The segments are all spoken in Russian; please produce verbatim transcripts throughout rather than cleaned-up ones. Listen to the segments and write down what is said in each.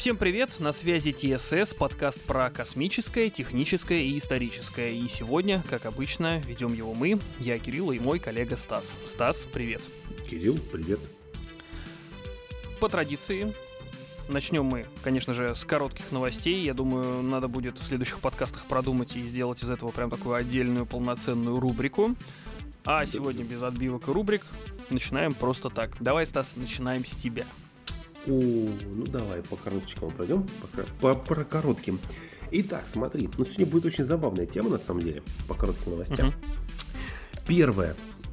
Всем привет, на связи Ти Эс Эс, подкаст про космическое, техническое и историческое. И сегодня, как обычно, ведем его мы, я Кирилл и мой коллега Стас. Стас, привет. Кирилл, привет. По традиции, начнем мы, конечно же, с коротких новостей. Я думаю, надо будет в следующих подкастах продумать и сделать из этого прям такую отдельную полноценную рубрику. А сегодня без отбивок и рубрик начинаем просто так. Давай, Стас, начинаем с тебя. О, ну давай по коротким пройдем, по, по, по коротким. Итак, смотри, ну сегодня будет очень забавная тема на самом деле, по коротким новостям. Uh-huh. Первое.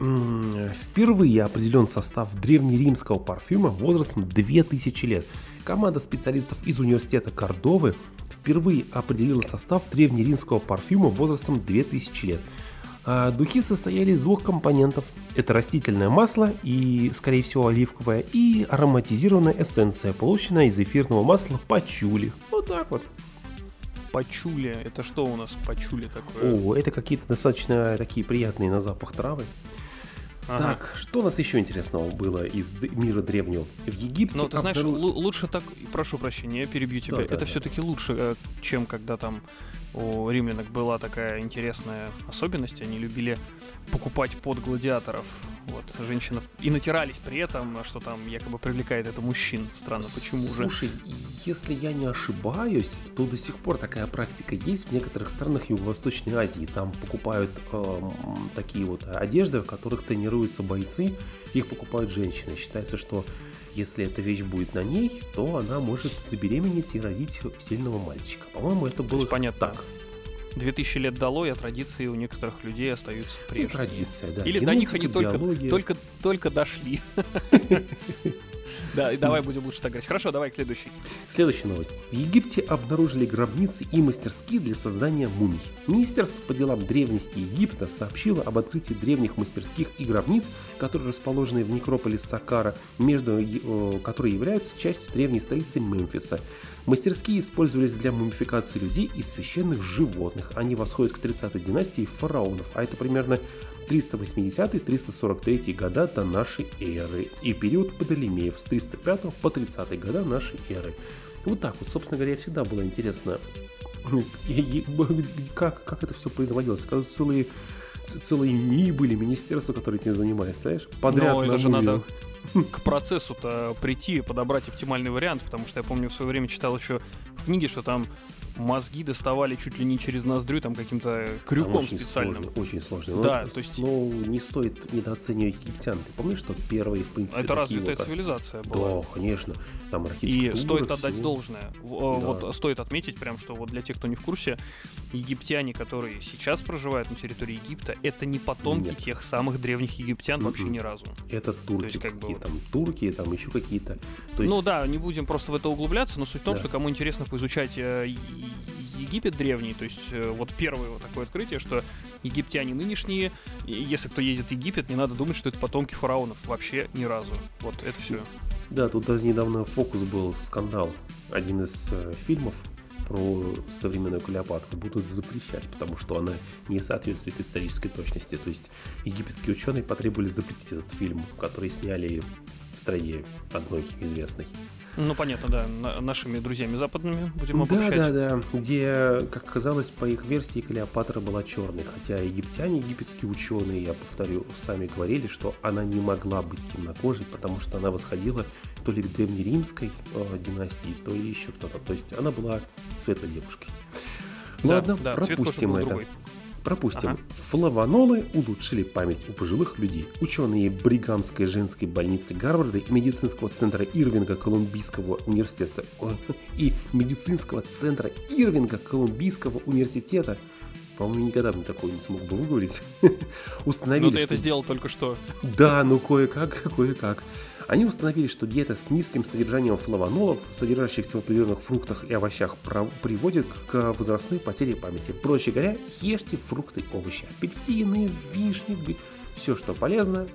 Впервые определен состав древнеримского парфюма возрастом две тысячи лет. Команда специалистов из университета Кордовы впервые определила состав древнеримского парфюма возрастом две тысячи лет. А духи состояли из двух компонентов. Это растительное масло и, скорее всего, оливковое, и ароматизированная эссенция, полученная из эфирного масла пачули. Вот так вот. Пачули, это что у нас пачули такое? О, это какие-то достаточно такие приятные на запах травы. Ага. Так, что у нас еще интересного было из мира древнего? В Египте... Ну, ты знаешь, обнаружил... л- лучше так... Прошу прощения, я перебью тебя. Да, это да, все-таки да. лучше, чем когда там у римлянок была такая интересная особенность. Они любили покупать под гладиаторов. Вот, женщины и натирались при этом, что там якобы привлекает это мужчин. Странно, почему же? Слушай, если я не ошибаюсь, то до сих пор такая практика есть в некоторых странах Юго-Восточной Азии. Там покупают э, такие вот одежды, в которых тренируются бойцы, их покупают женщины. Считается, что если эта вещь будет на ней, то она может забеременеть и родить сильного мальчика. По-моему, это было понятно. Так. Две тысячи лет дало, и традиции у некоторых людей остаются прежними. Ну, традиция, да. Или Генетика, до них они только, только, только дошли. Да, и давай будем лучше так говорить. Хорошо, давай к следующей. Следующая новость. В Египте обнаружили гробницы и мастерские для создания мумий. Министерство по делам древности Египта сообщило об открытии древних мастерских и гробниц, которые расположены в некрополе Саккара, между, э, которые являются частью древней столицы Мемфиса. Мастерские использовались для мумификации людей и священных животных. Они восходят к тридцатой династии фараонов, а это примерно триста восьмидесятый - триста сорок третий года до нашей эры и период Птолемеев с триста пятого по тридцатый года нашей эры. Вот так вот, собственно говоря, всегда было интересно, как, как это все производилось. Оказывается, целые, целые НИИ были, министерства, которые этим занимались, знаешь, подряд. Но это же надо к процессу-то прийти и подобрать оптимальный вариант, потому что я помню, в свое время читал еще в книге, что там мозги доставали чуть ли не через ноздрю, там каким-то крюком очень специальным. Сложно, очень сложно. Да, но, то есть... но не стоит недооценивать египтян. Ты помнишь, что первые, в принципе, это такие развитая вот... цивилизация была. Да, конечно. Там и стоит отдать всего. должное. Да. Вот стоит отметить прям, что вот для тех, кто не в курсе, египтяне, которые сейчас проживают на территории Египта, это не потомки Нет. тех самых древних египтян mm-hmm. вообще ни разу. Это турки, есть, как какие бы, там турки, там еще какие-то. То есть... Ну да, не будем просто в это углубляться, но суть в том, да. что кому интересно поизучать э, Египет древний, то есть э, вот первое вот такое открытие, что египтяне нынешние, если кто едет в Египет, не надо думать, что это потомки фараонов, вообще ни разу. Вот это все. Да, тут даже недавно «Фокус» был, скандал. Один из э, фильмов про современную Клеопатру будут запрещать, потому что она не соответствует исторической точности. То есть египетские ученые потребовали запретить этот фильм, который сняли в стране одной известной. Ну, понятно, да, на- нашими друзьями западными будем обобщать. Да, да, да, где, как оказалось, по их версии, Клеопатра была черной, хотя египтяне, египетские ученые, я повторю, сами говорили, что она не могла быть темнокожей, потому что она восходила то ли к древнеримской э, династии, то ли еще кто-то, то есть она была светлой девушкой. Да, Ладно, да, пропустим это. Другой. Пропустим. Ага. Флавонолы улучшили память у пожилых людей. Ученые Бригамской женской больницы Гарварда и медицинского центра Ирвинга Колумбийского университета и медицинского центра Ирвинга Колумбийского университета, по-моему, никогда бы такое не смог бы выговорить, установили. Но ты что... это сделал только что. Да, ну кое-как, кое-как. Они установили, что диета с низким содержанием флавонолов, содержащихся в определенных фруктах и овощах, приводит к возрастной потере памяти. Проще говоря, ешьте фрукты и овощи. Апельсины, вишни, все, что полезно.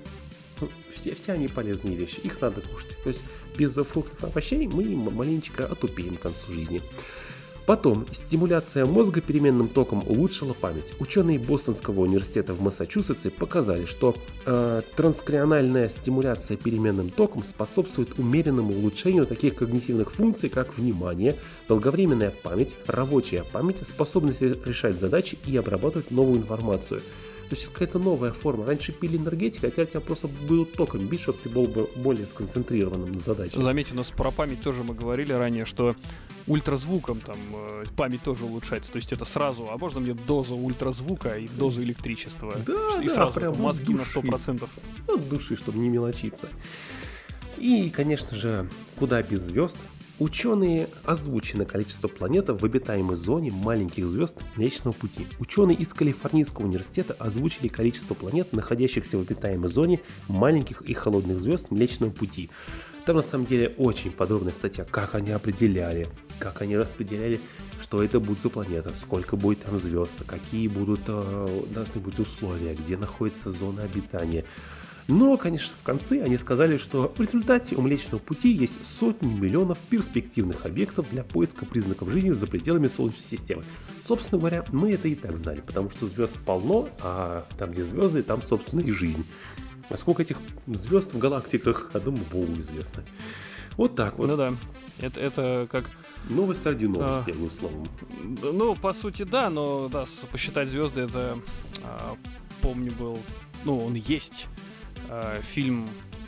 Все, все они полезные вещи, их надо кушать. То есть без фруктов и овощей мы маленечко отупеем к концу жизни. Потом, стимуляция мозга переменным током улучшила память. Ученые Бостонского университета в Массачусетсе показали, что э, транскраниальная стимуляция переменным током способствует умеренному улучшению таких когнитивных функций, как внимание, долговременная память, рабочая память, способность решать задачи и обрабатывать новую информацию. То есть какая-то новая форма. Раньше пили энергетик, хотя у тебя просто был током бить, чтобы ты был бы более сконцентрированным на задаче. Заметьте, у нас про память тоже мы говорили ранее, что ультразвуком там э, память тоже улучшается. То есть это сразу, а можно мне дозу ультразвука и дозу электричества? Да, и да, сразу прям мозги от на сто процентов. От души, чтобы не мелочиться. И, конечно же, куда без звезд. Ученые озвучено количество планет в обитаемой зоне маленьких звезд Млечного Пути. Ученые из Калифорнийского университета озвучили количество планет, находящихся в обитаемой зоне маленьких и холодных звезд Млечного Пути. Там на самом деле очень подробная статья, как они определяли, как они распределяли, что это будет за планета, сколько будет там звезд, какие будут э, должны быть условия, где находится зона обитания. Но, конечно, в конце они сказали, что в результате у Млечного Пути есть сотни миллионов перспективных объектов для поиска признаков жизни за пределами Солнечной системы. Собственно говоря, мы это и так знали, потому что звезд полно, а там, где звезды, там, собственно, и жизнь. А сколько этих звезд в галактиках, я думаю, Богу известно. Вот так вот. Ну да, это, это как... Новость ради новости, а, одним словом. Ну, по сути, да, но да, посчитать звезды, это, а, помню, был... Ну, он есть... фильм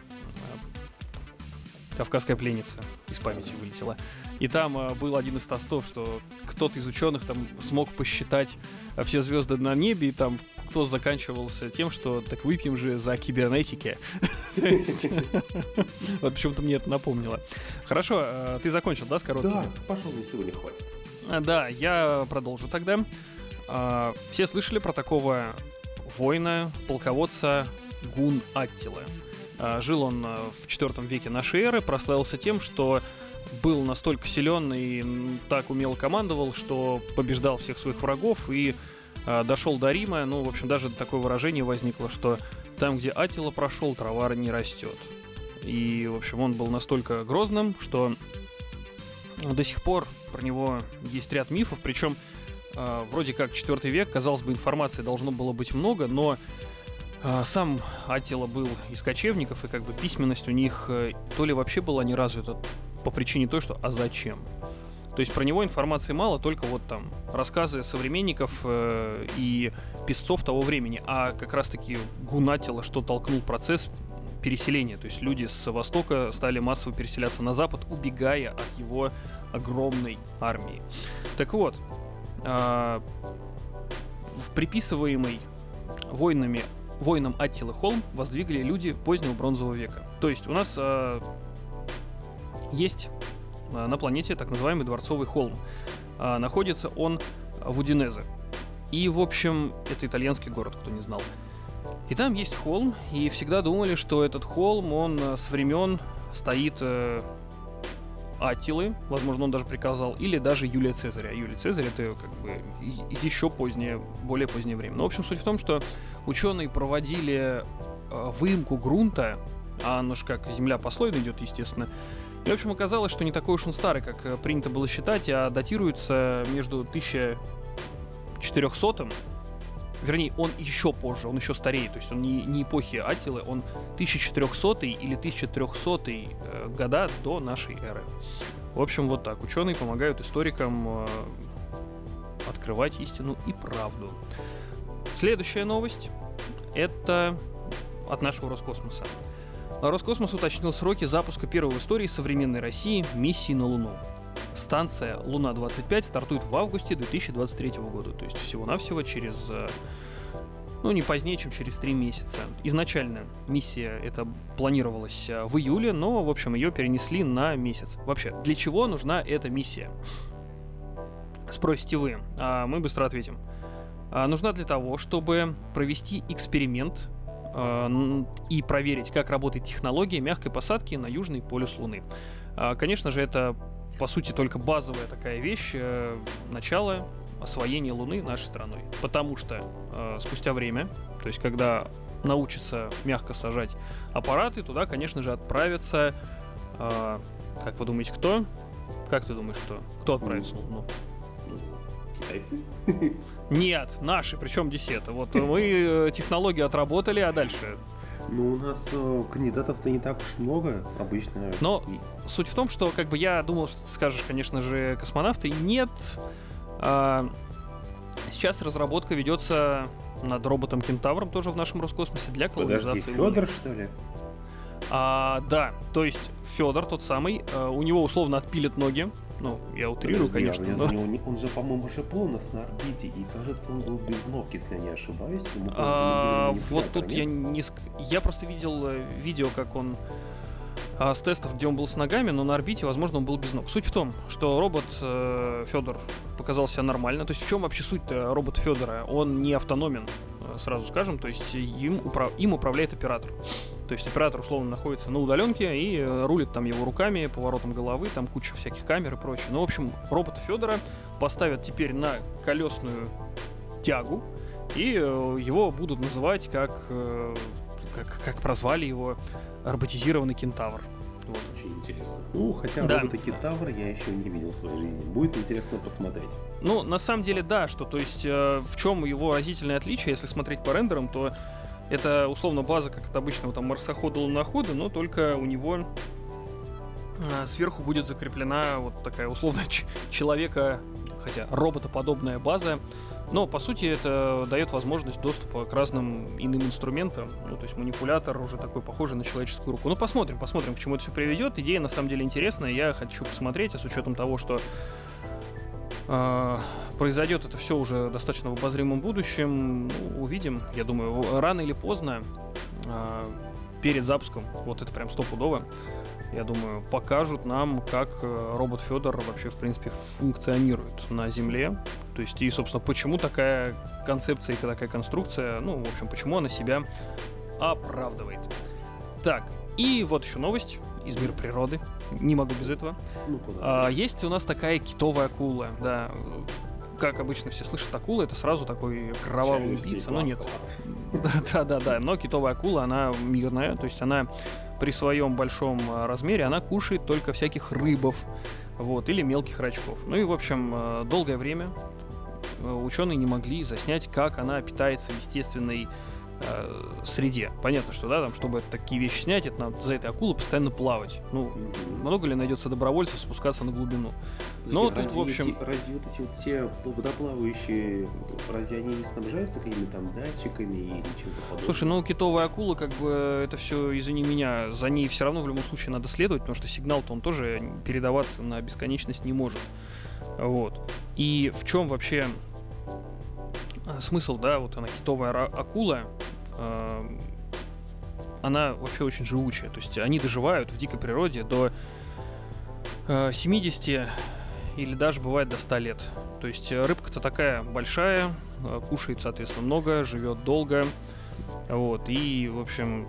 «Кавказская пленница», из памяти вылетела. И там э, был один из тостов, что кто-то из ученых там смог посчитать все звезды на небе, и там кто заканчивался тем, что так выпьем же за кибернетики. Вот почему-то мне это напомнило. Хорошо, ты закончил, да, с короткими? Да, пошел, на сегодня хватит. Да, я продолжу тогда. Все слышали про такого воина, полководца Гун Аттила. Жил он в четвёртом веке нашей эры, прославился тем, что был настолько силен и так умело командовал, что побеждал всех своих врагов и дошел до Рима. Ну, в общем, даже такое выражение возникло, что там, где Аттила прошел, трава не растет. И, в общем, он был настолько грозным, что до сих пор про него есть ряд мифов, причем вроде как четвёртый век, казалось бы, информации должно было быть много, но сам Аттила был из кочевников, и как бы письменность у них то ли вообще была не развита по причине той, что «а зачем?». То есть про него информации мало, только вот там рассказы современников э, и писцов того времени. А как раз-таки Гун Аттила, что толкнул процесс переселения. То есть люди с востока стали массово переселяться на запад, убегая от его огромной армии. Так вот, э, в приписываемый воинами воинам Аттилы холм воздвигли люди позднего бронзового века. То есть у нас э, есть э, на планете так называемый Дворцовый холм. Э, находится он в Удинезе. И, в общем, это итальянский город, кто не знал. И там есть холм, и всегда думали, что этот холм, он э, с времен стоит э, Аттилы, возможно, он даже приказал, или даже Юлия Цезаря. Юлий Цезарь — это как бы еще позднее, более позднее время. Но, в общем, суть в том, что ученые проводили э, выемку грунта, а оно же как земля послойно идет, естественно. И, в общем, оказалось, что не такой уж он старый, как принято было считать, а датируется между тысяча четырехсотым, вернее, он еще позже, он еще старее, то есть он не, не эпохи Аттилы, он тысяча четырехсотый или тысяча трехсотый э, года до нашей эры. В общем, вот так. Ученые помогают историкам э, открывать истину и правду. Следующая новость — это от нашего Роскосмоса. Роскосмос уточнил сроки запуска первой в истории современной России миссии на Луну. Станция Луна-двадцать пять стартует в августе две тысячи двадцать третьего года, то есть всего-навсего через, ну, не позднее, чем через три месяца. Изначально миссия эта планировалась в июле, но, в общем, ее перенесли на месяц. Вообще, для чего нужна эта миссия? Спросите вы, а мы быстро ответим. А, нужна для того, чтобы провести эксперимент а, и проверить, как работает технология мягкой посадки на южный полюс Луны. А, конечно же, это по сути, только базовая такая вещь, э, начало освоения Луны нашей страной. Потому что э, спустя время, то есть когда научатся мягко сажать аппараты, туда, конечно же, отправятся, э, как вы думаете, кто? Как ты думаешь, кто? Кто отправится на Луну? Китайцы? Нет, наши, причем десятые. Вот мы технологию отработали, а дальше... Ну, у нас э, кандидатов-то не так уж много обычно. Но суть в том, что как бы я думал, что ты скажешь, конечно же, космонавты. Нет. А, сейчас разработка ведется над роботом Кентавром тоже в нашем Роскосмосе для колонизации. Подожди, Федор, что ли? А, да, то есть Федор тот самый, а, у него условно отпилят ноги. Ну, я утрирую, Подожди, конечно. А, но... он, он же, по-моему, уже был у нас на орбите, и кажется, он был без ног, если я не ошибаюсь. Ему А, вот тут нет? я не... Я просто видел видео, как он а, с тестов, где он был с ногами, но на орбите, возможно, он был без ног. Суть в том, что робот э, Федор показал себя нормально. То есть в чем вообще суть-то робота Федора? Он не автономен, сразу скажем, то есть им, управ... им управляет оператор. То есть оператор условно находится на удаленке и рулит там его руками, поворотом головы, там куча всяких камер и прочее. Ну, в общем, робота Федора поставят теперь на колесную тягу, и его будут называть, как, как, как прозвали его, роботизированный кентавр. Вот. Очень интересно. Ну, хотя да. робота Кентавр я еще не видел в своей жизни. Будет интересно посмотреть. Ну, на самом деле, да, что, то есть, э, в чем его разительное отличие, если смотреть по рендерам, то это, условно, база, как от обычного там марсохода, лунохода, но только у него э, сверху будет закреплена вот такая, условно, ч- человека, хотя роботоподобная база. Но, по сути, это дает возможность доступа к разным иным инструментам. Ну, то есть манипулятор уже такой похожий на человеческую руку. Ну, посмотрим, посмотрим, к чему это все приведет. Идея, на самом деле, интересная. Я хочу посмотреть, а с учетом того, что э, произойдет это все уже достаточно в обозримом будущем, ну, увидим. Я думаю, рано или поздно, э, перед запуском, вот это прям стопудово, я думаю, покажут нам, как робот Федор вообще, в принципе, функционирует на Земле. То есть, и, собственно, почему такая концепция и такая конструкция, ну, в общем, почему она себя оправдывает. Так, и вот еще новость из мира природы. Не могу без этого. Ну, а, есть у нас такая китовая акула, да. Как обычно все слышат, акула — это сразу такой кровавый убийца, но нет. Да-да-да, но китовая акула, она мирная, то есть она при своем большом размере, она кушает только всяких рыбов, вот, или мелких рачков. Ну и, в общем, долгое время ученые не могли заснять, как она питается в естественной э, среде. Понятно, что, да, там, чтобы такие вещи снять, это надо за этой акулой постоянно плавать. Ну, много ли найдется добровольцев спускаться на глубину? Но разве тут, в общем... Эти, разве вот эти вот все водоплавающие, разве они не снабжаются какими-то там датчиками или чем-то подобным? Слушай, ну китовая акула, как бы, это все, извини меня, за ней все равно в любом случае надо следовать, потому что сигнал-то он тоже передаваться на бесконечность не может. Вот. И в чем вообще смысл, да, вот она, китовая акула, э, она вообще очень живучая, то есть они доживают в дикой природе до э, семидесяти или даже бывает до ста лет. То есть рыбка-то такая большая, э, кушает, соответственно, много, живет долго, вот, и, в общем,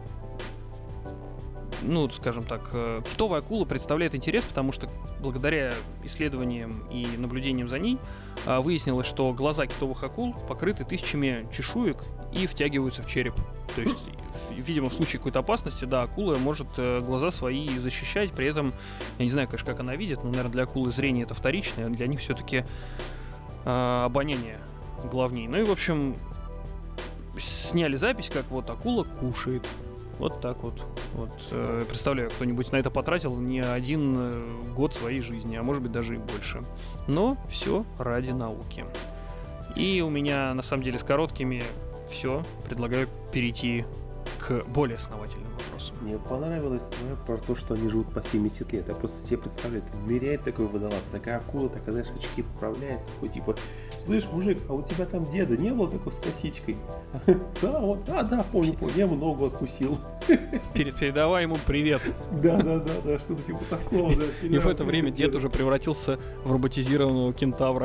ну, скажем так, э, китовая акула представляет интерес, потому что благодаря исследованиям и наблюдениям за ней э, выяснилось, что глаза китовых акул покрыты тысячами чешуек и втягиваются в череп. То есть, видимо, в случае какой-то опасности, да, акула может э, глаза свои защищать, при этом, я не знаю, конечно, как она видит, но, наверное, для акулы зрение это вторичное, для них все-таки э, обоняние главней. Ну и, в общем, сняли запись, как вот акула кушает. Вот так вот. Вот. Э, представляю, кто-нибудь на это потратил не один э, год своей жизни, а может быть даже и больше. Но все ради науки. И у меня, на самом деле, с короткими все. Предлагаю перейти к более основательным вопросам. Мне понравилось твое про то, что они живут по семьдесят лет. Я просто себе представляю, ныряет такой водолаз, такая акула, такая, знаешь, очки поправляет, такой типа: слышь, мужик, а у тебя там деда не было такой с косичкой? Да, вот, да, да, помню, помню, я много откусил. Передавай ему привет. Да, да, да, да, что-то типа такого. И в это время дед уже превратился в роботизированного кентавра.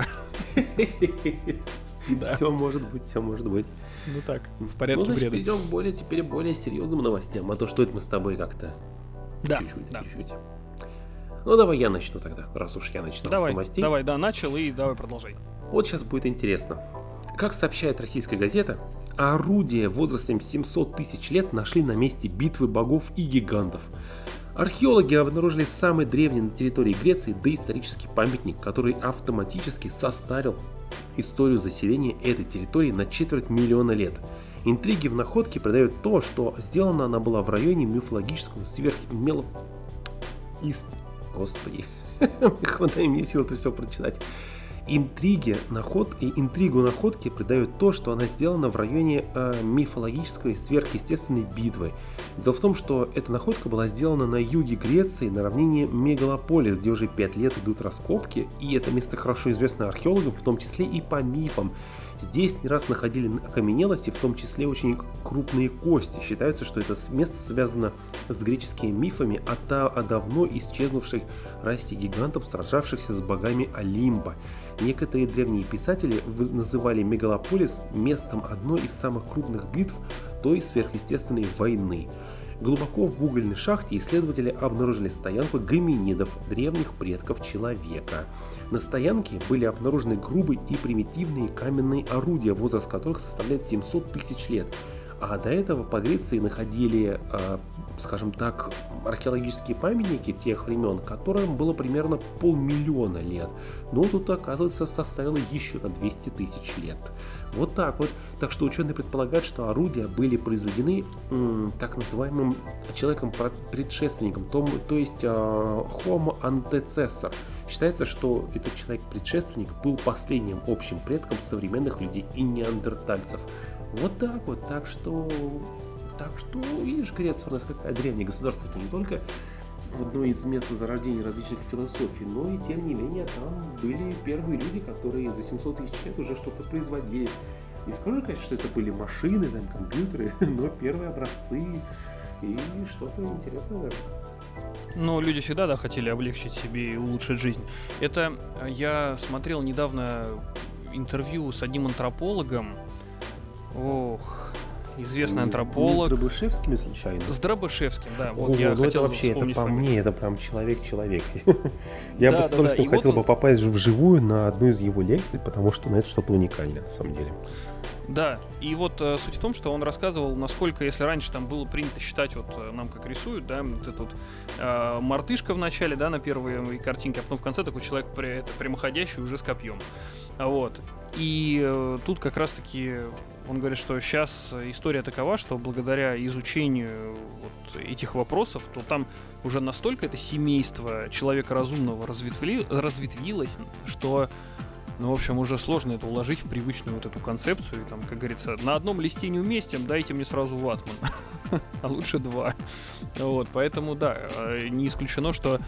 Да. Все может быть, все может быть. Ну так, в порядке ну, значит, бреда. перейдем к более, теперь более серьезным новостям. А то что это мы с тобой как-то да, чуть-чуть, да. чуть-чуть. Ну давай я начну тогда, раз уж я начинал давай, с новостей. Давай, да, начал и давай продолжай. Вот сейчас будет интересно. Как сообщает российская газета, орудия возрастом семьсот тысяч лет нашли на месте битвы богов и гигантов. Археологи обнаружили самый древний на территории Греции доисторический памятник, который автоматически состарил историю заселения этой территории на четверть миллиона лет. Интриги в находке придают то, что сделана она была в районе мифологического сверхмелов... Ист... Господи, хватает мне сил это все прочитать. Интриги наход... и интригу находки придает то, что она сделана в районе э, мифологической сверхъестественной битвы. Дело в том, что эта находка была сделана на юге Греции, на равнине Мегалополис, где уже пять лет идут раскопки, и это место хорошо известно археологам, в том числе и по мифам. Здесь не раз находили окаменелости, в том числе очень крупные кости. Считается, что это место связано с греческими мифами о, та, о давно исчезнувшей расе гигантов, сражавшихся с богами Олимпа. Некоторые древние писатели называли Мегалополис местом одной из самых крупных битв той сверхъестественной войны. Глубоко в угольной шахте исследователи обнаружили стоянку гоминидов, древних предков человека. На стоянке были обнаружены грубые и примитивные каменные орудия, возраст которых составляет семьсот тысяч лет. А до этого по Греции находили, э, скажем так, археологические памятники тех времен, которым было примерно полмиллиона лет. Но тут, оказывается, составило еще на двести тысяч лет. Вот так вот. Так что ученые предполагают, что орудия были произведены м, так называемым человеком-предшественником, то, то есть э, Homo antecessor. Считается, что этот человек-предшественник был последним общим предком современных людей и неандертальцев. Вот так вот, так что, так что, видишь, Греция у нас какая древнее государство, это не только одно из мест зарождения различных философий, но и тем не менее там были первые люди, которые за семьсот тысяч лет уже что-то производили. Не скажу, конечно, что это были машины, там, компьютеры, но первые образцы и что-то интересное. Но люди всегда, да, хотели облегчить себе и улучшить жизнь. Это я смотрел недавно интервью с одним антропологом. Ох, известный антрополог. Не с Дробышевским, случайно? С Дробышевским, да. Вот О, я ну хотел это вообще, это по фамилию. мне, это прям человек-человек. Я Да, бы с да, удовольствием да. И хотел вот бы он- попасть вживую на одну из его лекций, потому что ну, это что-то уникальное, на самом деле. Да, и вот э, суть в том, что он рассказывал, насколько, если раньше там было принято считать, вот э, нам как рисуют, да, вот этот вот, э, мартышка в начале, да, на первой картинке, а потом в конце такой человек при, это, прямоходящий уже с копьем. А Вот. И э, тут как раз-таки он говорит, что сейчас история такова, что благодаря изучению вот этих вопросов, то там уже настолько это семейство человека разумного разветвли, разветвилось, что, ну, в общем, уже сложно это уложить в привычную вот эту концепцию. И там, как говорится, на одном листе не уместим, дайте мне сразу ватман. А лучше два. Вот, поэтому, да, не исключено, что...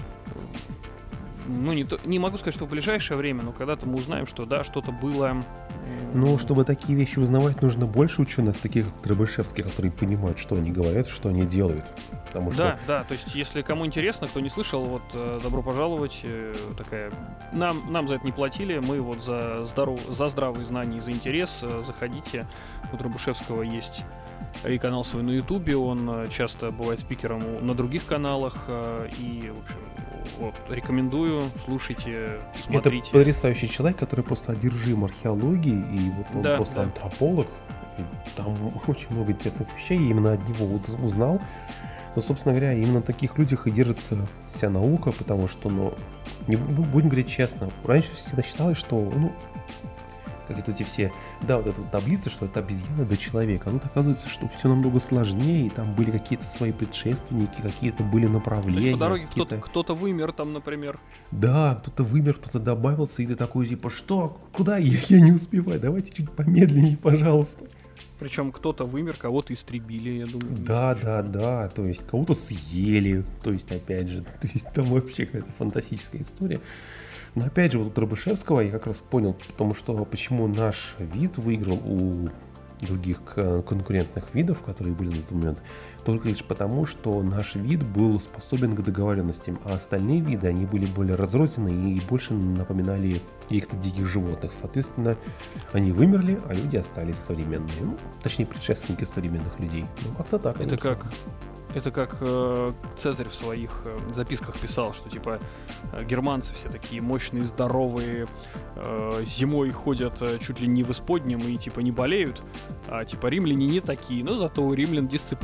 Ну, не, то, не могу сказать, что в ближайшее время, но когда-то мы узнаем, что, да, что-то было... Ну, чтобы такие вещи узнавать, нужно больше ученых, таких как Дробышевский, которые понимают, что они говорят, что они делают. Потому что... Да, да, то есть, если кому интересно, кто не слышал, вот, э, добро пожаловать, э, такая... Нам, нам за это не платили, мы вот за, здоров... за здравые знания и за интерес э, заходите. У Дробышевского есть и канал свой на Ютубе, он э, часто бывает спикером у- на других каналах, э, и, в общем, вот, рекомендую, слушайте, смотрите. Это потрясающий человек, который просто одержим археологией, и вот он Да, просто да. антрополог. И там очень много интересных вещей, я именно от него вот узнал. Но, собственно говоря, именно на таких людях и держится вся наука, потому что, ну, не, ну, будем говорить честно, раньше всегда считалось, что, ну, как это эти все, да, вот эта вот таблица, что это обезьяна до человека. А тут оказывается, что все намного сложнее, и там были какие-то свои предшественники, какие-то были То направления. есть по дороге какие-то... кто-то, кто-то вымер там, например. Да, кто-то вымер, кто-то добавился, и ты такой, типа, что? Куда? Я, я не успеваю, давайте чуть помедленнее, пожалуйста. Причем кто-то вымер, кого-то истребили, я думаю. Да, да, да, то есть кого-то съели, то есть, опять же, то есть там вообще какая-то фантастическая история. Но опять же, вот у Дробышевского я как раз понял, потому что почему наш вид выиграл у других к- конкурентных видов, которые были на тот момент, только лишь потому, что наш вид был способен к договоренностям, а остальные виды, они были более разрозненные и больше напоминали каких-то диких животных. Соответственно, они вымерли, а люди остались современные. Ну, точнее, предшественники современных людей. Ну, как-то так. Это конечно. как, это как э, Цезарь в своих э, записках писал, что типа э, германцы все такие мощные, здоровые, э, зимой ходят э, чуть ли не в исподнем и типа не болеют, а типа римляне не такие, но зато у римлян дисциплина.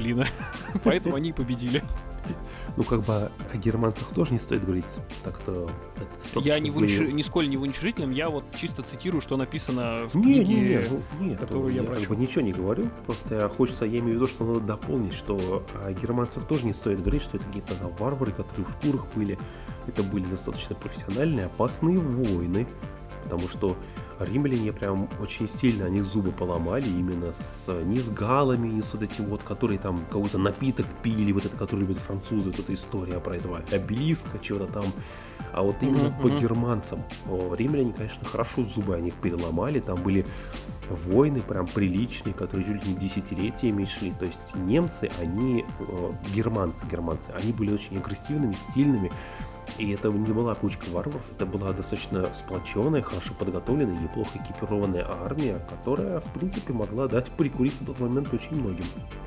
Поэтому они и победили. Ну, как бы о германцах тоже не стоит говорить так-то. Я не в унич... нисколько не в уничижительном, я вот чисто цитирую, что написано в не, книге, не, не, ну, нет, которую я, я прочел. Как бы ничего не говорю, просто хочется, я имею в виду, что надо дополнить, что о германцах тоже не стоит говорить, что это какие-то да, варвары, которые в шкурах были. Это были достаточно профессиональные, опасные войны, потому что римляне прям очень сильно, они зубы поломали именно с, не с галлами, не с вот этим вот, которые там какой-то напиток пили, вот это, который любят французы, вот эта история про этого обелиска, чего-то там, а вот именно uh-huh, по uh-huh. германцам. О, римляне, конечно, хорошо зубы они их переломали, там были войны прям приличные, которые чуть ли не десятилетиями шли, то есть немцы, они, германцы, германцы, они были очень агрессивными, сильными. И это не была кучка варваров, это была достаточно сплоченная, хорошо подготовленная, неплохо экипированная армия, которая, в принципе, могла дать прикурить на тот момент очень многим.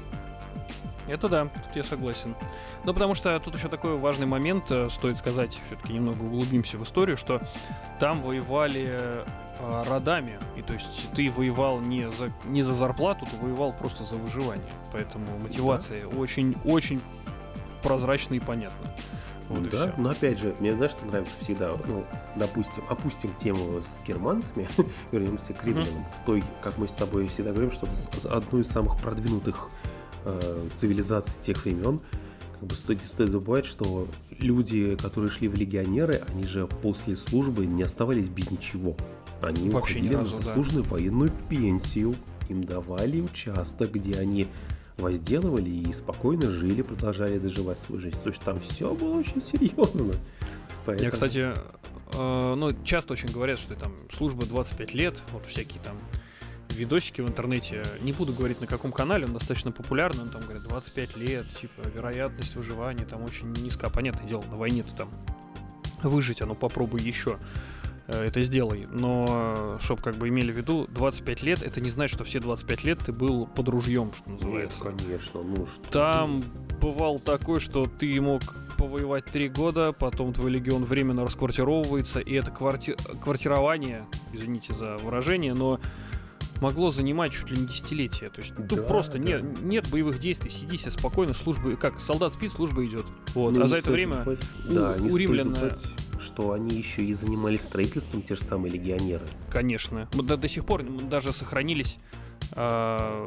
Это да, тут я согласен. Ну, потому что тут еще такой важный момент, стоит сказать, все-таки немного углубимся в историю, что там воевали э, родами, и то есть ты воевал не за, не за зарплату, ты воевал просто за выживание. Поэтому мотивация очень-очень да. прозрачна и понятна. Вот да, но опять же, мне знаешь, что нравится всегда, ну, допустим, опустим тему с германцами, вернемся к римлянам, mm-hmm. той, как мы с тобой всегда говорим, что это одну из самых продвинутых э, цивилизаций тех времен, как бы стоит, стоит забывать, что люди, которые шли в легионеры, они же после службы не оставались без ничего. Они вообще уходили разу, на заслуженную да. военную пенсию, им давали участок, где они возделывали и спокойно жили, продолжали доживать свою жизнь. То есть там все было очень серьезно. Поэтому... Я, кстати, э, ну, часто очень говорят, что там служба двадцать пять лет, вот всякие там видосики в интернете, не буду говорить на каком канале, он достаточно популярный, он там говорит двадцать пять лет, типа вероятность выживания там очень низка. Понятное дело, на войне-то там выжить, а ну попробуй еще. Это сделай, но чтоб как бы имели в виду, двадцать пять лет, это не значит, что все двадцать пять лет ты был под ружьем, что называется. Нет, конечно, ну что. Там бывал такой, что ты мог повоевать три года, потом твой легион временно расквартировывается, и это кварти... квартирование, извините за выражение, но могло занимать чуть ли не десятилетия. То есть тут да, просто да. Нет, нет боевых действий, сиди себе спокойно, служба, как солдат спит, служба идет. Вот. Ну, а за это время у, да, у римлян... что они еще и занимались строительством, те же самые легионеры. Конечно. До, до сих пор даже сохранились э,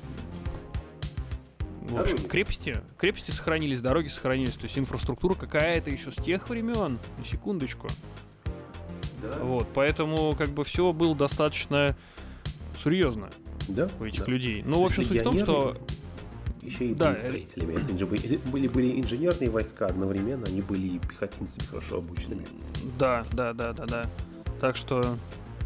в общем, крепости. Крепости сохранились, дороги сохранились. То есть инфраструктура какая-то еще с тех времен. На секундочку. Да. Вот, поэтому как бы все было достаточно серьезно да? у этих да. людей. Ну, в общем, суть в том, что... Еще и да, были строителями. Это же были, были, были инженерные войска одновременно, они были и пехотинцами хорошо обученными. Да, да, да, да, да. Так что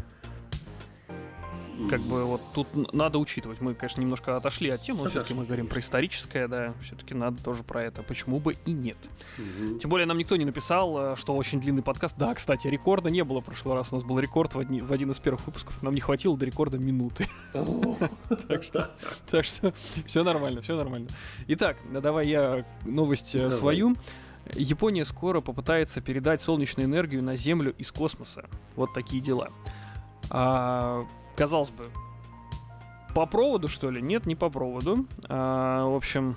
как бы вот тут надо учитывать. Мы, конечно, немножко отошли от темы, но все-таки мы говорим про историческое, да, все-таки надо тоже про это. Почему бы и нет. Угу. Тем более нам никто не написал, что очень длинный подкаст. Да, кстати, рекорда не было в прошлый раз. У нас был рекорд в, одни, в один из первых выпусков. Нам не хватило до рекорда минуты. Так что все нормально, все нормально. Итак, давай я новость свою. Япония скоро попытается передать солнечную энергию на Землю из космоса. Вот такие дела. А, казалось бы, по проводу, что ли? Нет, не по проводу. А, в общем,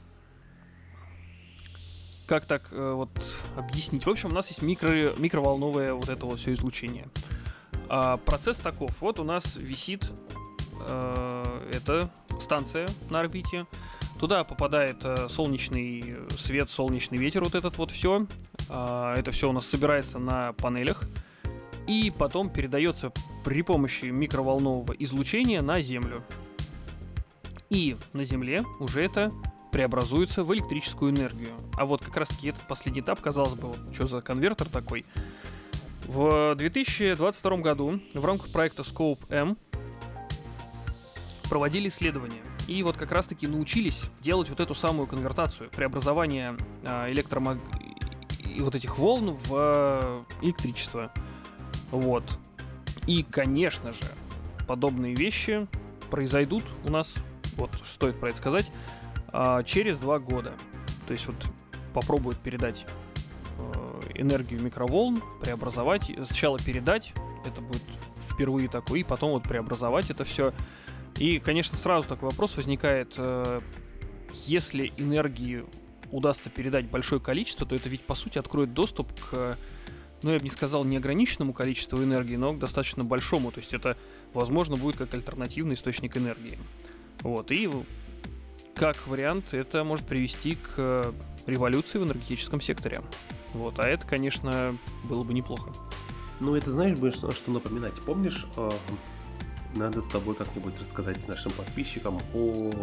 как так а, вот объяснить? В общем, у нас есть микро, микроволновое вот это вот все излучение. А, процесс таков. Вот у нас висит а, эта станция на орбите. Туда попадает э, солнечный свет, солнечный ветер, вот этот вот все. Э, это все у нас собирается на панелях и потом передается при помощи микроволнового излучения на Землю. И на Земле уже это преобразуется в электрическую энергию. А вот как раз-таки этот последний этап, казалось бы, вот, что за конвертер такой. В две тысячи двадцать втором году в рамках проекта Scope-M проводили исследования. И вот как раз-таки научились делать вот эту самую конвертацию, преобразование э, электромаг... и вот этих волн в э, электричество. Вот. И, конечно же, подобные вещи произойдут у нас, вот стоит про это сказать, э, через два года. То есть вот попробуют передать э, энергию микроволн, преобразовать, сначала передать, это будет впервые такое, и потом вот преобразовать это все. И, конечно, сразу такой вопрос возникает, э, если энергии удастся передать большое количество, то это ведь, по сути, откроет доступ к, ну, я бы не сказал неограниченному количеству энергии, но к достаточно большому. То есть это, возможно, будет как альтернативный источник энергии. Вот. И как вариант это может привести к революции в энергетическом секторе. Вот. А это, конечно, было бы неплохо. Ну, это знаешь, будешь что напоминать. Помнишь, э, надо с тобой как-нибудь рассказать нашим подписчикам о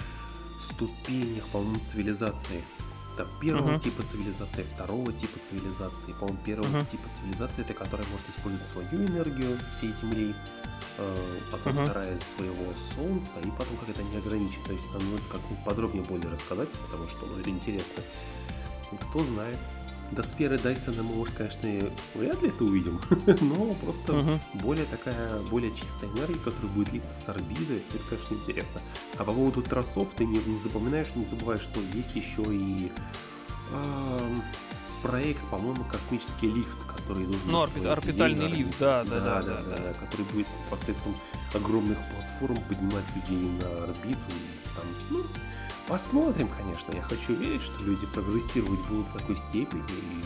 ступенях, по-моему, цивилизации. Там первого uh-huh. типа цивилизации, второго типа цивилизации. По-моему, первого uh-huh. типа цивилизации это которая может использовать свою энергию всей Земли, э, потом uh-huh. вторая своего Солнца, и потом как это не ограничить. То есть нам нужно как-нибудь подробнее более рассказать, потому что ну, это интересно. Кто знает. До сферы Дайсона мы, может, конечно, вряд ли это увидим, но просто uh-huh. более такая, более чистая энергия, которая будет литься с орбиты, это, конечно, интересно. А по поводу тросов ты не, не запоминаешь, не забываешь, что есть еще и э, проект, по-моему, космический лифт, который должен... Ну, орбит, орбитальный лифт, да да да, да, да, да, да, который будет посредством огромных платформ поднимать людей на орбиту. И там, ну, посмотрим, конечно. Я хочу верить, что люди прогрессировать будут в такой степени, и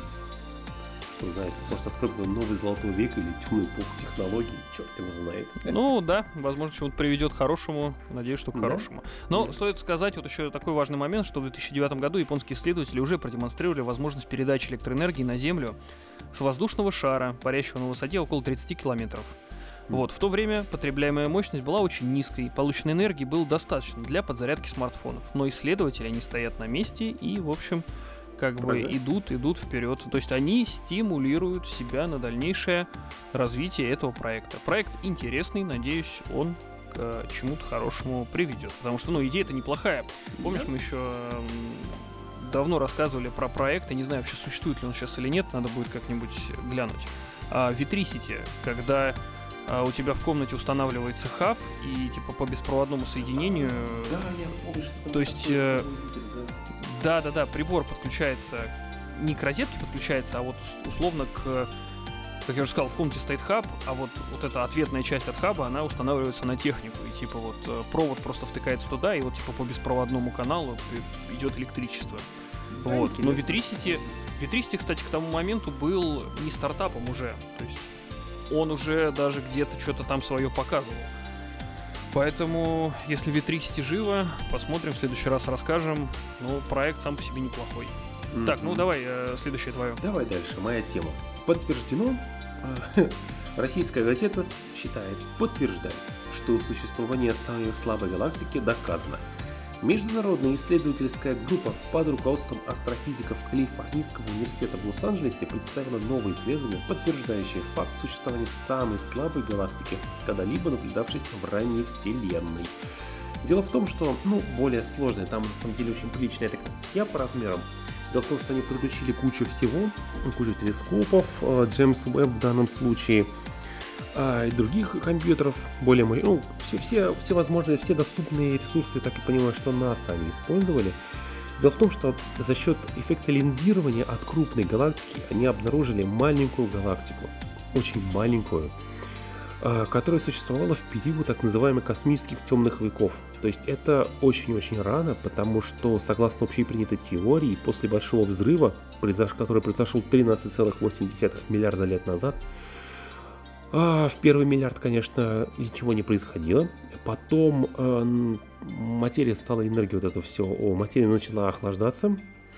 что, знает, может откроет новый золотой век или темную эпоху технологий, черт его знает. Ну да, возможно, чему-то приведет к хорошему, надеюсь, что к да? хорошему. Но да. стоит сказать вот еще такой важный момент, что в две тысячи девятом году японские исследователи уже продемонстрировали возможность передачи электроэнергии на Землю с воздушного шара, парящего на высоте около тридцать километров. Вот, в то время потребляемая мощность была очень низкой, полученной энергии было достаточно для подзарядки смартфонов. Но исследователи, они стоят на месте и, в общем, как бы Прогресс. идут, идут вперед. То есть они стимулируют себя на дальнейшее развитие этого проекта. Проект интересный, надеюсь, он к чему-то хорошему приведет. Потому что, ну, идея-то неплохая. Помнишь, да? мы еще давно рассказывали про проект, я не знаю, вообще существует ли он сейчас или нет, надо будет как-нибудь глянуть. А, Витрисити, когда... у тебя в комнате устанавливается хаб, и типа по беспроводному соединению... Да, я помню, что То есть, э, да, да, да, прибор подключается не к розетке подключается, а вот условно к... Как я уже сказал, в комнате стоит хаб, а вот, вот эта ответная часть от хаба, она устанавливается на технику. И типа вот провод просто втыкается туда, и вот типа по беспроводному каналу идет электричество. Да, вот. Но Витрисити, Витрисити, кстати, к тому моменту был не стартапом уже. То есть он уже даже где-то что-то там свое показывал. Поэтому, если Витрисити живо, посмотрим, в следующий раз расскажем. Ну, проект сам по себе неплохой. Mm-hmm. Так, ну давай, э, следующее твое. Давай дальше, моя тема. Подтверждено, российская газета считает, подтверждает, что существование самой слабой галактики доказано. Международная исследовательская группа под руководством астрофизиков Калифорнийского университета в Лос-Анджелесе представила новое исследование, подтверждающее факт существования самой слабой галактики, когда-либо наблюдавшейся в ранней Вселенной. Дело в том, что, ну, более сложная, там на самом деле очень приличная такая статья по размерам. Дело в том, что они подключили кучу всего, кучу телескопов, Джеймс Уэбб в данном случае, и других компьютеров, более, ну, все, все, все возможные, все доступные ресурсы, так и понимаю, что НАСА они использовали. Дело в том, что за счет эффекта линзирования от крупной галактики они обнаружили маленькую галактику, очень маленькую, которая существовала в период так называемых космических темных веков. То есть это очень-очень рано, потому что, согласно общепринятой теории, после Большого взрыва, который произошел тринадцать целых восемь десятых миллиарда лет назад, А, в первый миллиард, конечно, ничего не происходило. Потом э, материя стала энергией, вот это все. О, материя начала охлаждаться.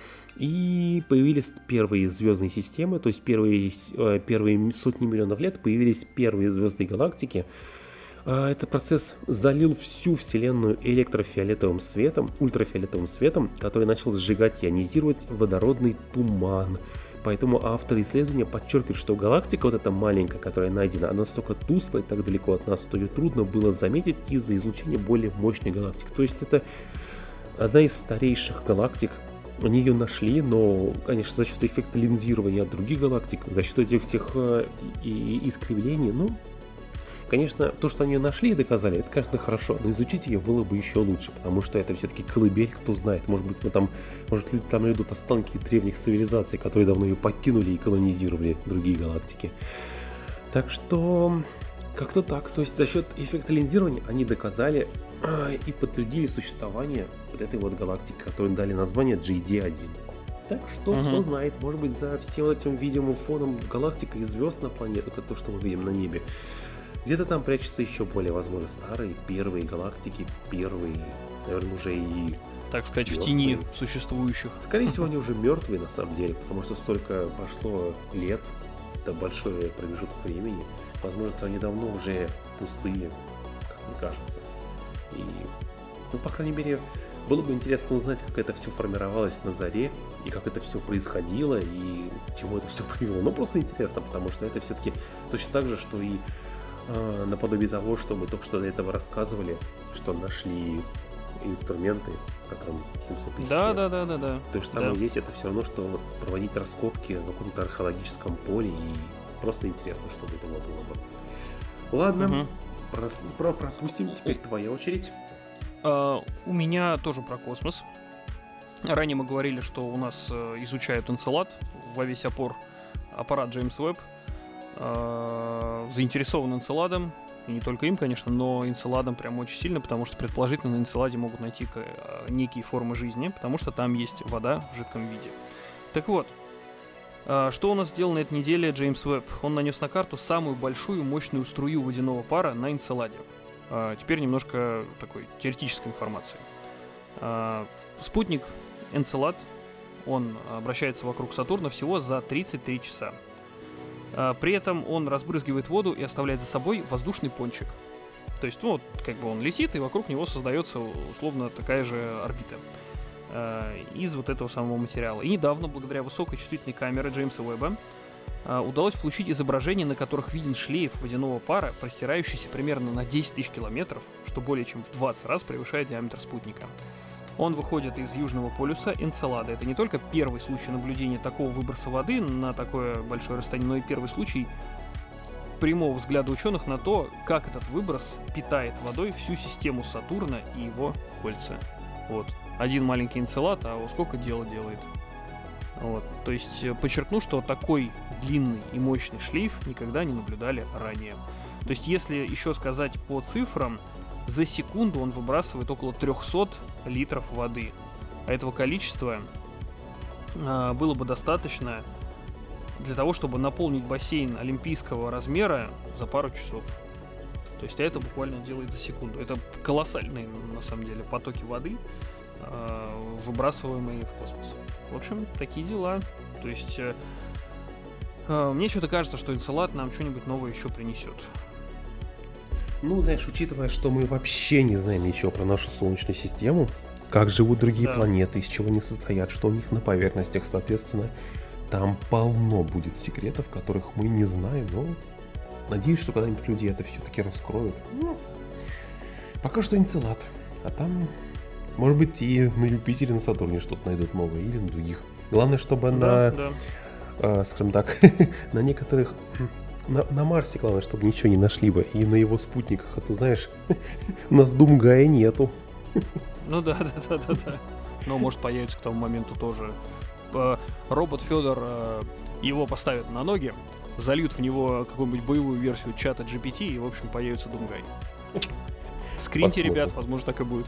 И появились первые звездные системы, то есть первые, э, первые сотни миллионов лет появились первые звездные галактики. Э, этот процесс залил всю Вселенную электрофиолетовым светом, ультрафиолетовым светом, который начал сжигать и ионизировать водородный туман. Поэтому авторы исследования подчеркивают, что галактика вот эта маленькая, которая найдена, она настолько тусклая, так далеко от нас, что ее трудно было заметить из-за излучения более мощной галактики. То есть это одна из старейших галактик. Они ее нашли, но, конечно, за счет эффекта линзирования от других галактик, за счет этих всех э, и искривлений, ну, конечно, то, что они ее нашли и доказали, это, конечно, хорошо, но изучить ее было бы еще лучше, потому что это все-таки колыбель, кто знает, может быть, мы там, может, люди там найдут останки древних цивилизаций, которые давно ее покинули и колонизировали другие галактики. Так что, как-то так, то есть за счет эффекта линзирования они доказали и подтвердили существование вот этой вот галактики, которой дали название джей ди один. Так что, uh-huh. кто знает, может быть, за всем этим видимым фоном галактика и звезд на планету, как то, что мы видим на небе, где-то там прячутся еще более, возможно, старые, первые галактики, первые, наверное, уже и... Так сказать, мертвые. В тени существующих. Скорее всего, они уже мертвые, на самом деле, потому что столько прошло лет, это большой промежуток времени. Возможно, они давно уже пустые, как мне кажется. И, ну, по крайней мере, было бы интересно узнать, как это все формировалось на заре, и как это все происходило, и к чему это все привело. Ну, просто интересно, потому что это все-таки точно так же, что и э, наподобие того, что мы только что до этого рассказывали, что нашли инструменты, которым семьсот тысяч да, лет. Да, да, да, да. То же самое да. здесь, это все равно, что проводить раскопки в каком-то археологическом поле, и просто интересно, что бы это было бы. Ладно, угу. про, про, пропустим, теперь твоя очередь. Uh, у меня тоже про космос. Ранее мы говорили, что у нас uh, изучают Энцелад во весь опор аппарат Джеймс Уэбб. Uh, заинтересован Энцеладом, и не только им, конечно, но Энцеладом прям очень сильно, потому что предположительно на Энцеладе могут найти uh, некие формы жизни, потому что там есть вода в жидком виде. Так вот, uh, что у нас сделал на этой неделе Джеймс Уэбб? Он нанес на карту самую большую мощную струю водяного пара на Энцеладе. Uh, теперь немножко такой теоретической информации. Uh, спутник Энцелад, он обращается вокруг Сатурна всего за тридцать три часа. Uh, при этом он разбрызгивает воду и оставляет за собой воздушный пончик. То есть, ну, вот, как бы он летит, и вокруг него создается условно такая же орбита uh, из вот этого самого материала. И недавно, благодаря высокой чувствительной камере Джеймса Уэбба, Uh, удалось получить изображения, на которых виден шлейф водяного пара, простирающийся примерно на десять тысяч километров, что более чем в двадцать раз превышает диаметр спутника. Он выходит из южного полюса Энцелада. Это не только первый случай наблюдения такого выброса воды на такое большое расстояние, но и первый случай прямого взгляда ученых на то, как этот выброс питает водой всю систему Сатурна и его кольца. Вот. Один маленький Энцелад, а вот сколько дела делает. Вот. То есть подчеркну, что такой длинный и мощный шлейф никогда не наблюдали ранее. То есть если еще сказать по цифрам, за секунду он выбрасывает около триста литров воды. А этого количества а, было бы достаточно для того, чтобы наполнить бассейн олимпийского размера за пару часов. То есть это буквально делает за секунду. Это колоссальные, на самом деле, потоки воды, а, выбрасываемые в космос. В общем, такие дела. То есть э, э, мне что-то кажется, что Энцелад нам что-нибудь новое еще принесет. Ну, знаешь, учитывая, что мы вообще не знаем ничего про нашу Солнечную систему, как живут другие да. планеты, из чего они состоят, что у них на поверхностях, соответственно, там полно будет секретов, которых мы не знаем, но надеюсь, что когда-нибудь люди это все-таки раскроют. Ну, пока что Энцелад, а там... Может быть, и на Юпитере, на Сатурне что-то найдут новое, или на других. Главное, чтобы да, на, да. Э, скажем так, на некоторых, на, на Марсе, главное, чтобы ничего не нашли бы, и на его спутниках. А то, знаешь, у нас Думгая нету. Ну да, да, да, да, да. Но может появится к тому моменту тоже. Робот Федор, его поставят на ноги, зальют в него какую-нибудь боевую версию чата джи пи ти, и, в общем, появится Думгай. Скриньте, посмотрим. Ребят, возможно, так и будет.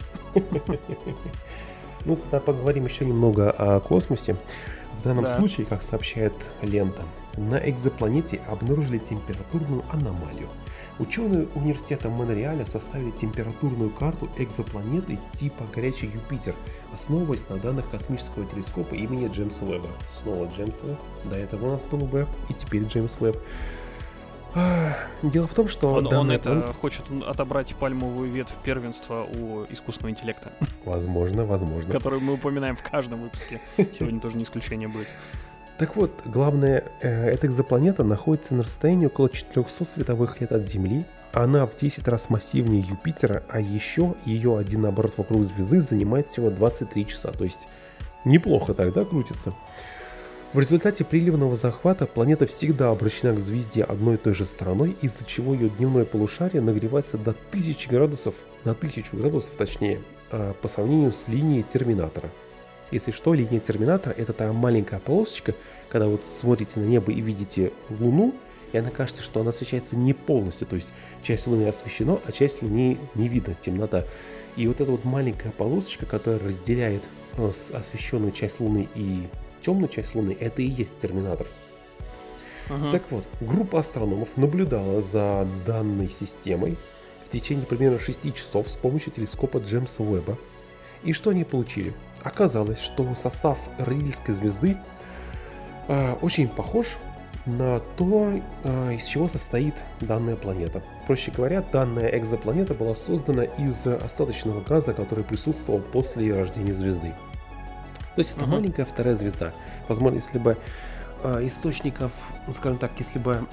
Ну, тогда поговорим еще немного о космосе. В данном да. случае, как сообщает лента, на экзопланете обнаружили температурную аномалию. Ученые университета Монреаля составили температурную карту экзопланеты типа горячий Юпитер, основываясь на данных космического телескопа имени Джеймса Уэбба. Снова Джеймс Уэбб. До этого у нас был Уэбб, и теперь Джеймс Уэбб. Дело в том, что... Он, он это план... хочет отобрать пальмовую ветвь первенства у искусственного интеллекта. Возможно, возможно. Который мы упоминаем в каждом выпуске. Сегодня тоже не исключение будет. Так вот, главное, эта экзопланета находится на расстоянии около четыреста световых лет от Земли. Она в десять раз массивнее Юпитера, а еще ее один оборот вокруг звезды занимает всего двадцать три часа. То есть неплохо тогда крутится. В результате приливного захвата планета всегда обращена к звезде одной и той же стороной, из-за чего ее дневное полушарие нагревается до тысячи градусов, на тысячу градусов точнее, по сравнению с линией терминатора. Если что, линия терминатора — это та маленькая полосочка, когда вот смотрите на небо и видите Луну, и она кажется, что она освещается не полностью, то есть часть Луны освещена, а часть Луны не видно, темнота. И вот эта вот маленькая полосочка, которая разделяет освещенную часть Луны и темную часть Луны, это и есть терминатор. Uh-huh. Так вот, группа астрономов наблюдала за данной системой в течение примерно шести часов с помощью телескопа Джеймса Уэбба. И что они получили? Оказалось, что состав родительской звезды э, очень похож на то, э, из чего состоит данная планета. Проще говоря, данная экзопланета была создана из остаточного газа, который присутствовал после рождения звезды. То есть это uh-huh. маленькая вторая звезда. Возможно, если бы э, источников, ну, скажем так, если бы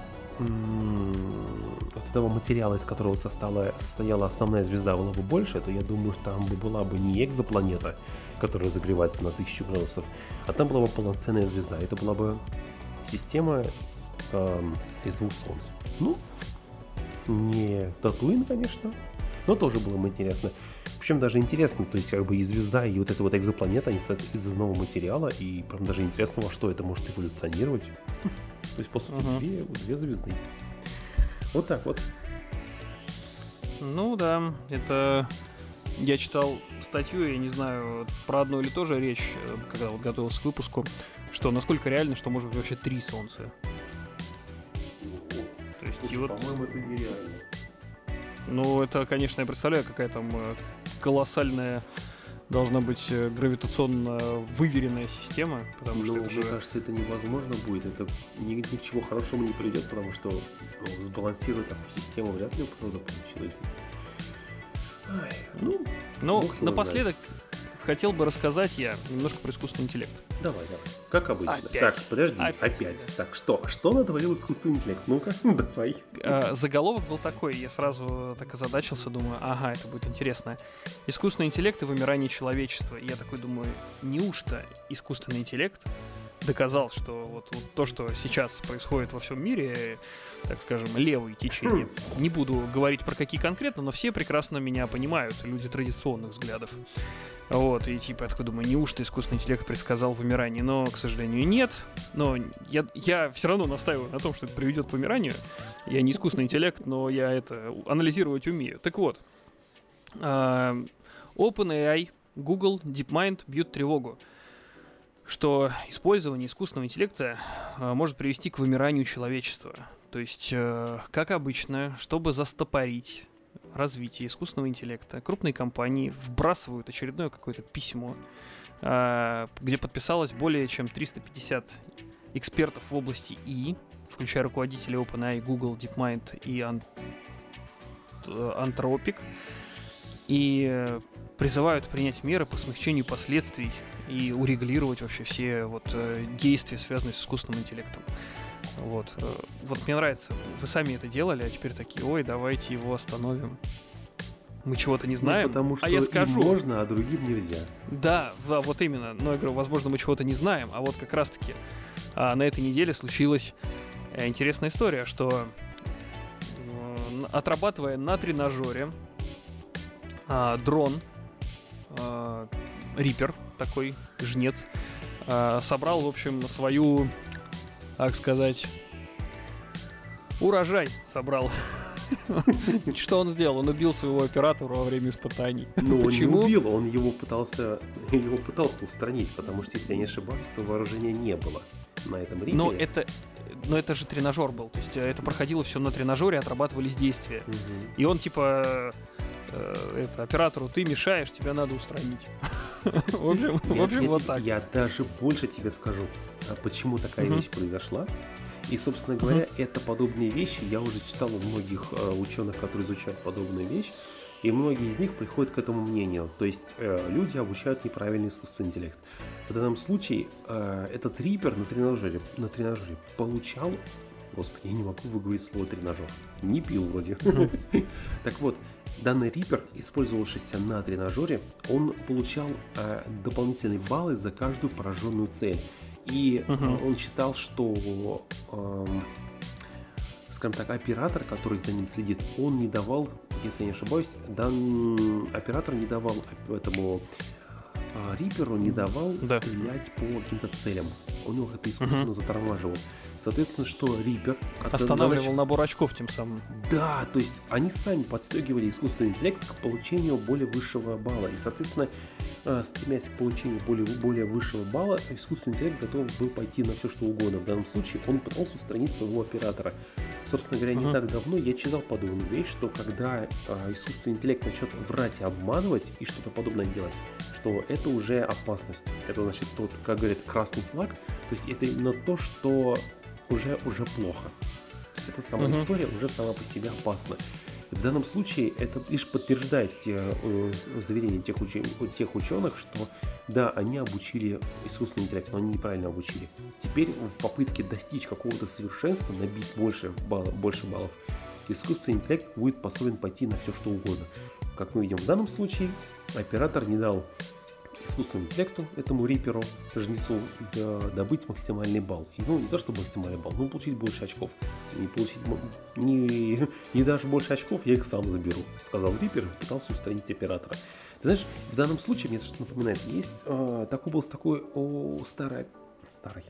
вот этого материала, из которого состояла, состояла основная звезда, было бы больше, то я думаю, что там бы была бы не экзопланета, которая разогревается на тысячу градусов, а там была бы полноценная звезда. Это была бы система э, из двух солнц. Ну, не Татуин, конечно, но тоже было бы интересно. Причем даже интересно, то есть как бы и звезда, и вот эта вот экзопланета, они состоят из одного материала, и прям даже интересно, во что это может эволюционировать. То есть, по сути, uh-huh. две, две звезды. Вот так вот. Ну да, это... Я читал статью, я не знаю, про одно или то же речь, когда вот готовился к выпуску, что насколько реально, что может быть вообще три Солнца. То есть, Слушай, вот... по-моему, это нереально. Ну, это, конечно, я представляю, какая там колоссальная должна быть гравитационно выверенная система, потому что ну, это мне же... кажется, это невозможно будет, это ни, ни к чему хорошему не придет, потому что ну, сбалансировать такую систему вряд ли правда получилось. Ай, ну, ну напоследок знает. Хотел бы рассказать я немножко про искусственный интеллект. Давай, давай. Как обычно. Опять. Так, подожди, опять. опять. Так, что? Что натворил искусственный интеллект? Ну-ка, давай. А, заголовок был такой, я сразу так озадачился, думаю, ага, это будет интересно. Искусственный интеллект и вымирание человечества. И я такой думаю, неужто искусственный интеллект доказал, что вот, вот то, что сейчас происходит во всем мире, так скажем, левые течения. Не буду говорить про какие конкретно, но все прекрасно меня понимают, люди традиционных взглядов. Вот, и типа я такой думаю, неужто искусственный интеллект предсказал вымирание? Но, к сожалению, нет. Но я, я все равно настаиваю на том, что это приведет к вымиранию. Я не искусственный интеллект, но я это анализировать умею. Так вот, э, OpenAI, Google, DeepMind бьют тревогу, что использование искусственного интеллекта э, может привести к вымиранию человечества. То есть, э, как обычно, чтобы застопорить развитие искусственного интеллекта, крупные компании вбрасывают очередное какое-то письмо, э, где подписалось более чем триста пятьдесят экспертов в области ИИ, включая руководителей OpenAI, Google, DeepMind и Ant- Anthropic, и э, призывают принять меры по смягчению последствий и урегулировать вообще все вот, э, действия, связанные с искусственным интеллектом. Вот. Вот мне нравится. Вы сами это делали, а теперь такие, ой, давайте его остановим. Мы чего-то не знаем, ну, потому что а я скажу... им можно, а другим нельзя. Да, да, вот именно. Но я говорю, возможно, мы чего-то не знаем, а вот как раз-таки а, на этой неделе случилась э, интересная история, что э, отрабатывая на тренажере э, дрон э, Reaper, такой жнец, э, собрал, в общем, свою... так сказать, урожай собрал. Что он сделал? Он убил своего оператора во время испытаний. Ну, он не убил, он его пытался, его пытался устранить, потому что, если я не ошибаюсь, то вооружения не было на этом рипере. Но это, но это же тренажер был, то есть это проходило все на тренажере, отрабатывались действия. Угу. И он типа, э, это, оператору, ты мешаешь, тебя надо устранить. В общем, Нет, в общем я, вот я, так. Я даже больше тебе скажу, почему такая uh-huh. вещь произошла. И, собственно говоря, uh-huh. это подобные вещи я уже читал у многих э, ученых, которые изучают подобную вещь, и многие из них приходят к этому мнению. То есть э, люди обучают неправильный искусственный интеллект. В данном случае э, этот Reaper на тренажере, на тренажере получал... Господи, я не могу выговорить слово тренажер. Не пил вроде. Uh-huh. Так вот, данный Reaper, использовавшийся на тренажере, он получал э, дополнительные баллы за каждую пораженную цель. И uh-huh. э, он считал, что, э, скажем так, оператор, который за ним следит, он не давал, если я не ошибаюсь, дан... оператор не давал этому а Риперу не давал да. стрелять по каким-то целям. Он его это искусственно угу. затормаживал. Соответственно, что Рипер... Останавливал задач... набор очков тем самым. Да, то есть они сами подстегивали искусственный интеллект к получению более высшего балла. И, соответственно, стремясь к получению более, более высшего балла, искусственный интеллект готов был пойти на все, что угодно. В данном случае он пытался устранить своего оператора. Собственно говоря, не uh-huh. так давно я читал подобную вещь, что когда а, искусственный интеллект начнет врать и обманывать и что-то подобное делать, что это уже опасность. Это значит, тот, как говорят, красный флаг. То есть это именно то, что уже, уже плохо. Эта сама uh-huh. история уже сама по себе опасна. В данном случае это лишь подтверждает те э, заверения тех, учен... тех ученых, что да, они обучили искусственный интеллект, но они неправильно обучили. Теперь в попытке достичь какого-то совершенства, набить больше, баллов, больше баллов, искусственный интеллект будет способен пойти на все, что угодно. Как мы видим в данном случае, оператор не дал искусственному интеллекту, этому Риперу, жнецу, добыть максимальный балл. И, ну, не то чтобы максимальный балл, но получить больше очков. Не получить, не, не даже больше очков, я их сам заберу, сказал Рипер, пытался устранить оператора. Ты знаешь, в данном случае, мне это что-то напоминает, есть э, такой был такой, о, старый, старый,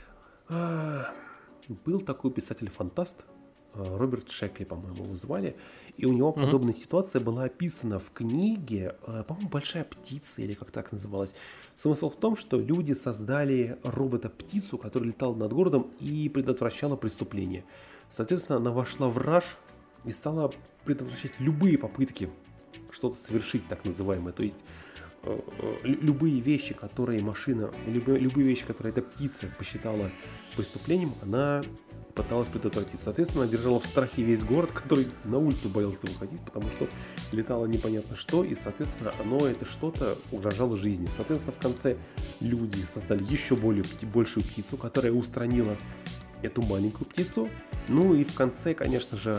э, был такой писатель-фантаст, Роберт Шекли, по-моему, его звали, и у него mm-hmm. подобная ситуация была описана в книге, по-моему, «Большая птица» или как так называлась. Смысл в том, что люди создали робота-птицу, который летал над городом и предотвращала преступления. Соответственно, она вошла в раж и стала предотвращать любые попытки что-то совершить, так называемое. То есть любые вещи, которые машина, любые, любые вещи, которые эта птица посчитала преступлением, она пыталась предотвратить. Соответственно, она держала в страхе весь город, который на улицу боялся выходить, потому что летало непонятно что, и, соответственно, оно, это что-то угрожало жизни. Соответственно, в конце люди создали еще более, большую птицу, которая устранила эту маленькую птицу. Ну и в конце, конечно же,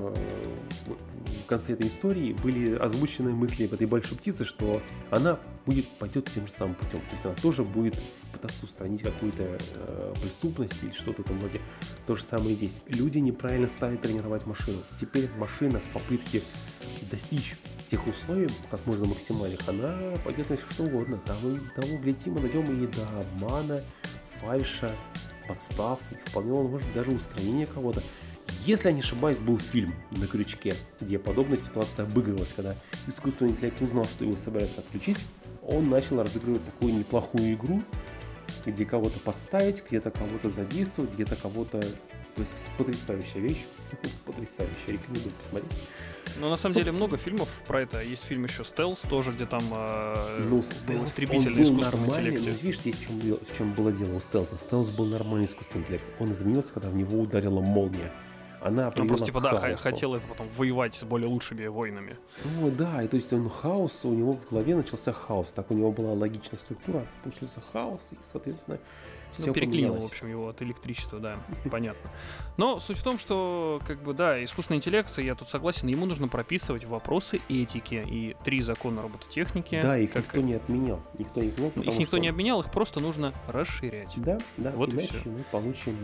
в конце этой истории были озвучены мысли этой большой птицы, что она будет, пойдет тем же самым путем. То есть она тоже будет пытаться устранить какую-то э, преступность или что-то там вроде. То же самое и здесь. Люди неправильно стали тренировать машину. Теперь машина в попытке достичь тех условий, как можно максимальных, она пойдет на все что угодно. Того, того гляди, мы дойдем и до обмана, фальша, подстав, и вполне может даже устранение кого-то. Если я не ошибаюсь, был фильм «На крючке», где подобная ситуация обыгрывалась, когда искусственный интеллект узнал, что его собираются отключить, он начал разыгрывать такую неплохую игру, где кого-то подставить, где-то кого-то задействовать, где-то кого-то... То есть потрясающая вещь, потрясающая, рекомендую посмотреть. Ну, на самом деле, много фильмов про это. Есть фильм еще «Стелс» тоже, где там э, ну, Стелс, истребитель на искусственном интеллекте. Ну, видишь, здесь в чем, в чем было дело у Стелса. Стелс был нормальный искусственный интеллект. Он изменился, когда в него ударила молния. Она он просто типа да, хотел это потом воевать с более лучшими воинами. Ну да, и то есть он хаос, у него в голове начался хаос. Так у него была логичная структура, начался хаос, и, соответственно, все ну, переклинило, поменялось. В общем, его от электричества, да, понятно. Но суть в том, что, как бы, да, искусственный интеллект, я тут согласен, ему нужно прописывать вопросы этики и три закона робототехники. Да, их как... никто не отменял. Никто не отменял, их никто что... не отменял, их просто нужно расширять. Да, да, вот иначе и все. мы получим...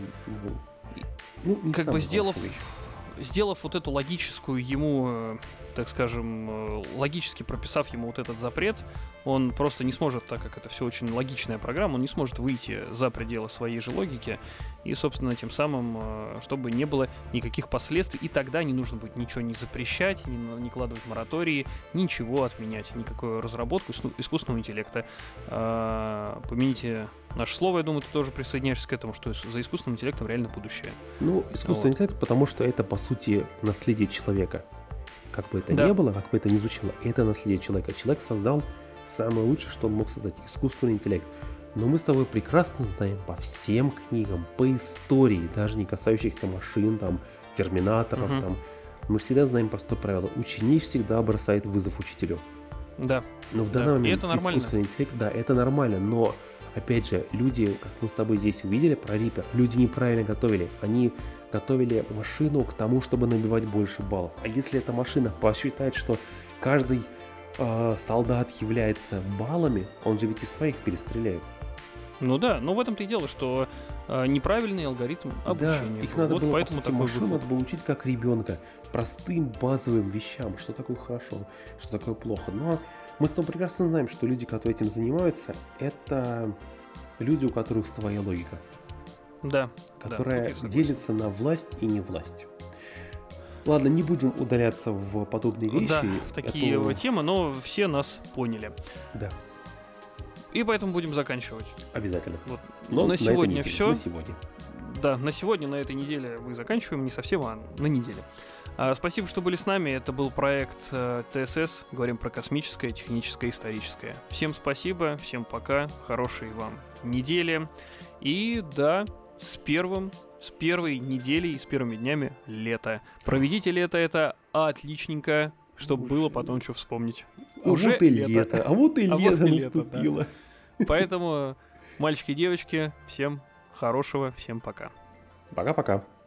Ну, как бы сделав, сделав вот эту логическую ему, так скажем, логически прописав ему вот этот запрет, он просто не сможет, так как это все очень логичная программа, он не сможет выйти за пределы своей же логики и, собственно, тем самым, чтобы не было никаких последствий, и тогда не нужно будет ничего не запрещать, не накладывать моратории, ничего отменять, никакую разработку искусственного интеллекта. Помяните наше слово, я думаю, ты тоже присоединяешься к этому, что за искусственным интеллектом реально будущее. Ну, искусственный вот. интеллект, потому что это, по сути, наследие человека. Как бы это да. ни было, как бы это ни звучало, это наследие человека. Человек создал самое лучшее, что он мог создать, искусственный интеллект. Но мы с тобой прекрасно знаем по всем книгам, по истории, даже не касающихся машин, там, терминаторов, угу. там, мы всегда знаем простое правило. Ученик всегда бросает вызов учителю. Да. Но в да. данный момент это нормально. искусственный интеллект, да, это нормально, но опять же, люди, как мы с тобой здесь увидели про Рипер, люди неправильно готовили. Они готовили машину к тому, чтобы набивать больше баллов. А если эта машина посчитает, что каждый э, солдат является баллами, он же ведь из своих перестреляет. Ну да, но в этом-то и дело, что э, неправильный алгоритм обучения. Да, их надо вот было, поэтому по сути, машину выход. надо было учить как ребенка, простым базовым вещам, что такое хорошо, что такое плохо. Но Мы с тобой прекрасно знаем, что люди, которые этим занимаются, это люди, у которых своя логика. Да. Которая да, делится на власть и не власть. Ладно, не будем ударяться в подобные вещи. Да, в такие Это... темы, но все нас поняли. Да. И поэтому будем заканчивать. Обязательно. Вот. Но на сегодня неделе, все. На сегодня. Да, на сегодня, на этой неделе мы заканчиваем. Не совсем, а на неделе. А, спасибо, что были с нами. Это был проект э, ТСС. Говорим про космическое, техническое, историческое. Всем спасибо, всем пока. Хорошей вам недели. И да, с первым, с первой неделей, с первыми днями лета. Проведите лето это отличненько, чтобы было потом что вспомнить. А Уже вот и лето. лето, а вот и А лето вот и лето, наступило. да. Поэтому, мальчики и девочки, всем хорошего, всем пока. Пока-пока.